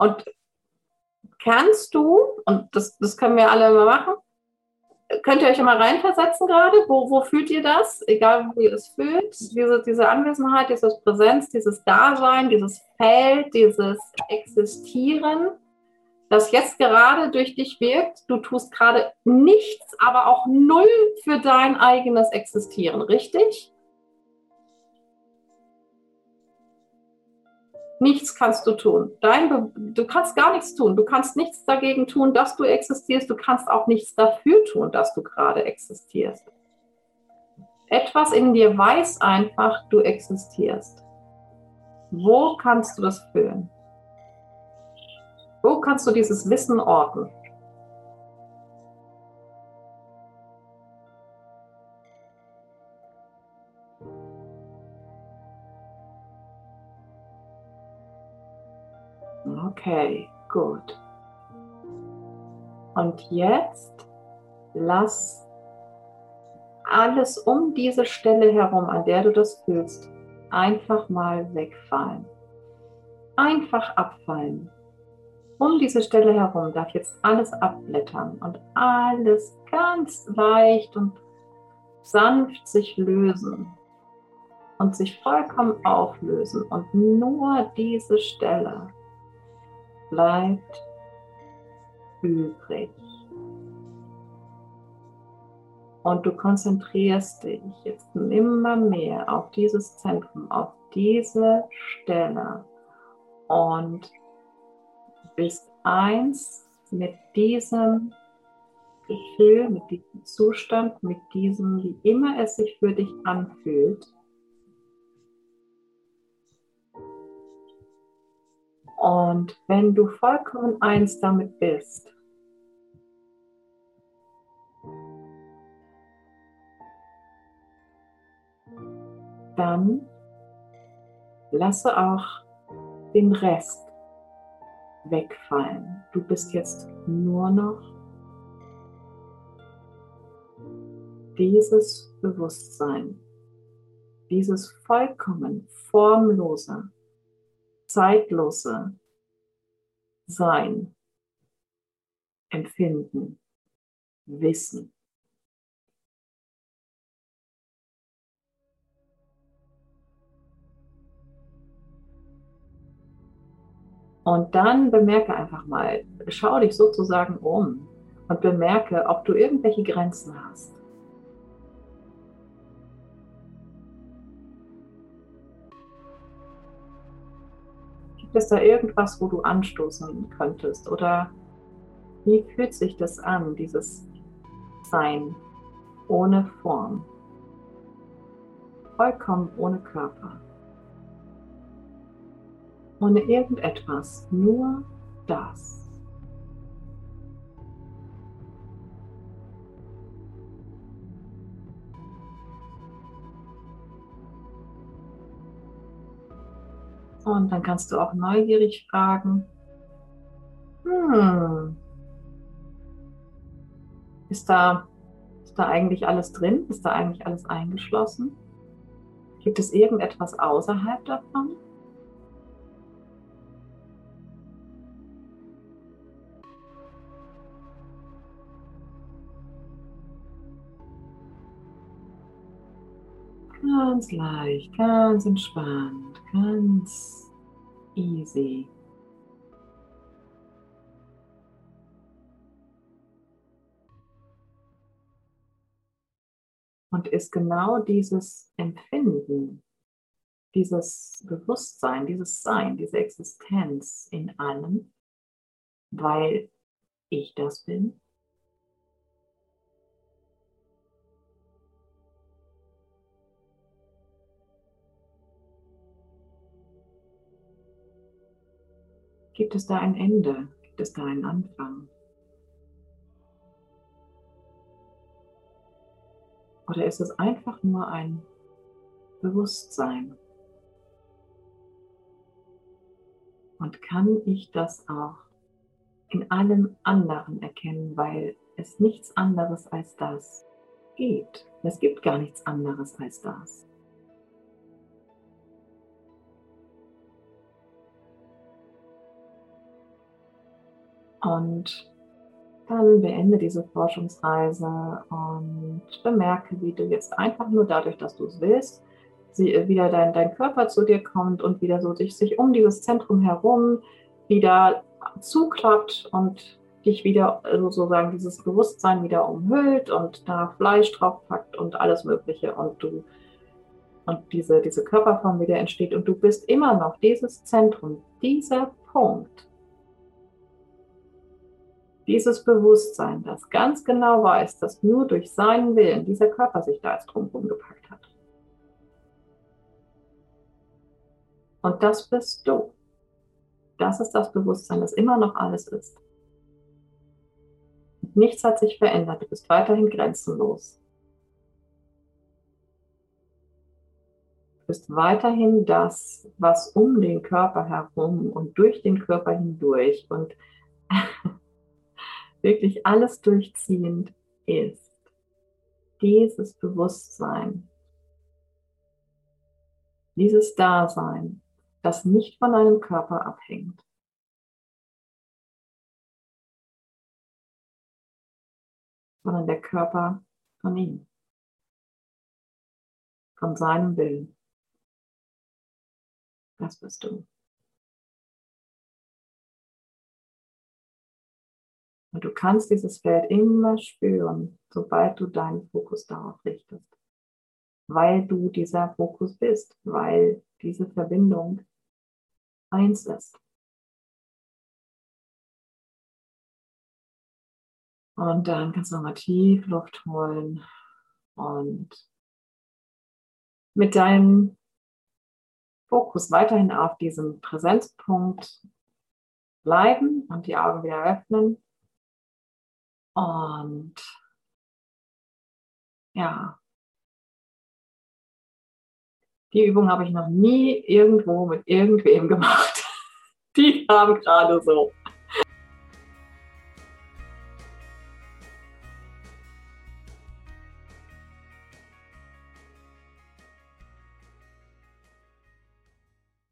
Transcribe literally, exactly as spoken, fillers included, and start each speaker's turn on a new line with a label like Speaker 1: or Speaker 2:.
Speaker 1: Und kannst du, und das, das können wir alle immer machen, könnt ihr euch immer reinversetzen gerade? Wo, wo fühlt ihr das? Egal, wie ihr es fühlt. Diese, diese Anwesenheit, dieses Präsenz, dieses Dasein, dieses Feld, dieses Existieren, das jetzt gerade durch dich wirkt. Du tust gerade nichts, aber auch null für dein eigenes Existieren, richtig? Nichts kannst du tun. Dein Be- du kannst gar nichts tun. Du kannst nichts dagegen tun, dass du existierst. Du kannst auch nichts dafür tun, dass du gerade existierst. Etwas in dir weiß einfach, du existierst. Wo kannst du das fühlen? Wo kannst du dieses Wissen orten? Okay, gut. Und jetzt lass alles um diese Stelle herum, an der du das fühlst, einfach mal wegfallen. Einfach abfallen. Um diese Stelle herum darf jetzt alles abblättern und alles ganz leicht und sanft sich lösen und sich vollkommen auflösen. Und nur diese Stelle bleibt übrig. Und du konzentrierst dich jetzt immer mehr auf dieses Zentrum, auf diese Stelle und bist eins mit diesem Gefühl, mit diesem Zustand, mit diesem, wie immer es sich für dich anfühlt. Und wenn du vollkommen eins damit bist, dann lasse auch den Rest wegfallen. Du bist jetzt nur noch dieses Bewusstsein, dieses vollkommen formlose, zeitlose Sein, Empfinden, Wissen. Und dann bemerke einfach mal, schau dich sozusagen um und bemerke, ob du irgendwelche Grenzen hast. Gibt es da irgendwas, wo du anstoßen könntest? Oder wie fühlt sich das an, dieses Sein ohne Form, vollkommen ohne Körper, ohne irgendetwas, nur das? Und dann kannst du auch neugierig fragen, hm, ist da, ist da eigentlich alles drin? Ist da eigentlich alles eingeschlossen? Gibt es irgendetwas außerhalb davon? Ganz leicht, ganz entspannt, ganz easy. Und ist genau dieses Empfinden, dieses Bewusstsein, dieses Sein, diese Existenz in allem, weil ich das bin? Gibt es da ein Ende? Gibt es da einen Anfang? Oder ist es einfach nur ein Bewusstsein? Und kann ich das auch in allem anderen erkennen, weil es nichts anderes als das gibt? Es gibt gar nichts anderes als das. Und dann beende diese Forschungsreise und bemerke, wie du jetzt einfach nur dadurch, dass du es willst, sie, wieder dein, dein Körper zu dir kommt und wieder so sich, sich um dieses Zentrum herum wieder zuklappt und dich wieder sozusagen dieses Bewusstsein wieder umhüllt und da Fleisch drauf packt und alles Mögliche und du und diese, diese Körperform wieder entsteht und du bist immer noch dieses Zentrum, dieser Punkt, dieses Bewusstsein, das ganz genau weiß, dass nur durch seinen Willen dieser Körper sich da als drumherum gepackt hat. Und das bist du. Das ist das Bewusstsein, das immer noch alles ist. Und nichts hat sich verändert, du bist weiterhin grenzenlos. Du bist weiterhin das, was um den Körper herum und durch den Körper hindurch und wirklich alles durchziehend ist. Dieses Bewusstsein, dieses Dasein, das nicht von deinem Körper abhängt. Sondern der Körper von ihm, von seinem Willen. Das bist du. Und du kannst dieses Feld immer spüren, sobald du deinen Fokus darauf richtest. Weil du dieser Fokus bist, weil diese Verbindung eins ist. Und dann kannst du nochmal tief Luft holen und mit deinem Fokus weiterhin auf diesem Präsenzpunkt bleiben und die Augen wieder öffnen. Und ja, die Übung habe ich noch nie irgendwo mit irgendwem gemacht. Die kam gerade so.